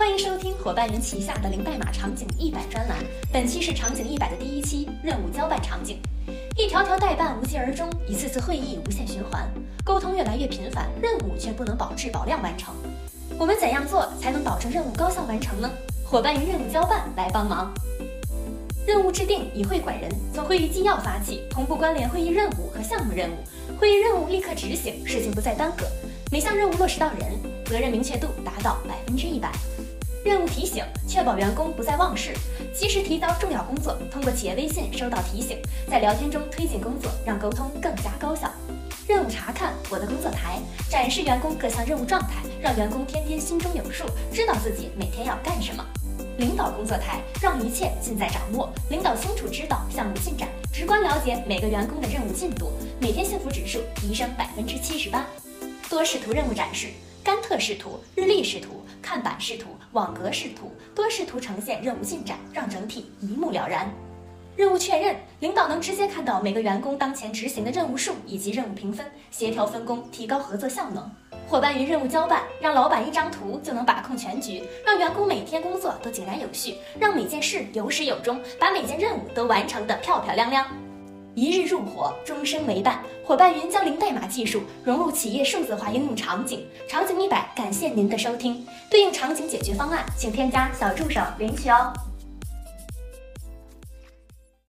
欢迎收听伙伴云旗下的零代码场景100专栏，本期是场景100的第一期，任务交办场景。一条条代办无疾而终，一次次会议无限循环，沟通越来越频繁，任务却不能保质保量完成。我们怎样做才能保证任务高效完成呢？伙伴云任务交办来帮忙。任务制定以会管人，从会议纪要发起，同步关联会议任务和项目任务，会议任务立刻执行，事情不再耽搁，每项任务落实到人，责任明确度达到100%。任务提醒，确保员工不再忘事，及时提交重要工作，通过企业微信收到提醒，在聊天中推进工作，让沟通更加高效。任务查看，我的工作台，展示员工各项任务状态，让员工天天心中有数，知道自己每天要干什么。领导工作台，让一切尽在掌握，领导清楚知道项目进展，直观了解每个员工的任务进度，每天幸福指数提升78%。多视图任务展示，甘特视图、日历视图、看板视图、网格视图，多视图呈现任务进展，让整体一目了然。任务确认，领导能直接看到每个员工当前执行的任务数以及任务评分，协调分工，提高合作效能。伙伴云任务交办，让老板一张图就能把控全局，让员工每天工作都井然有序，让每件事有始有终，把每件任务都完成得漂漂亮亮。一日入伙，终生为伴。伙伴云将零代码技术融入企业数字化应用场景。场景100，感谢您的收听。对应场景解决方案，请添加小助手领取哦。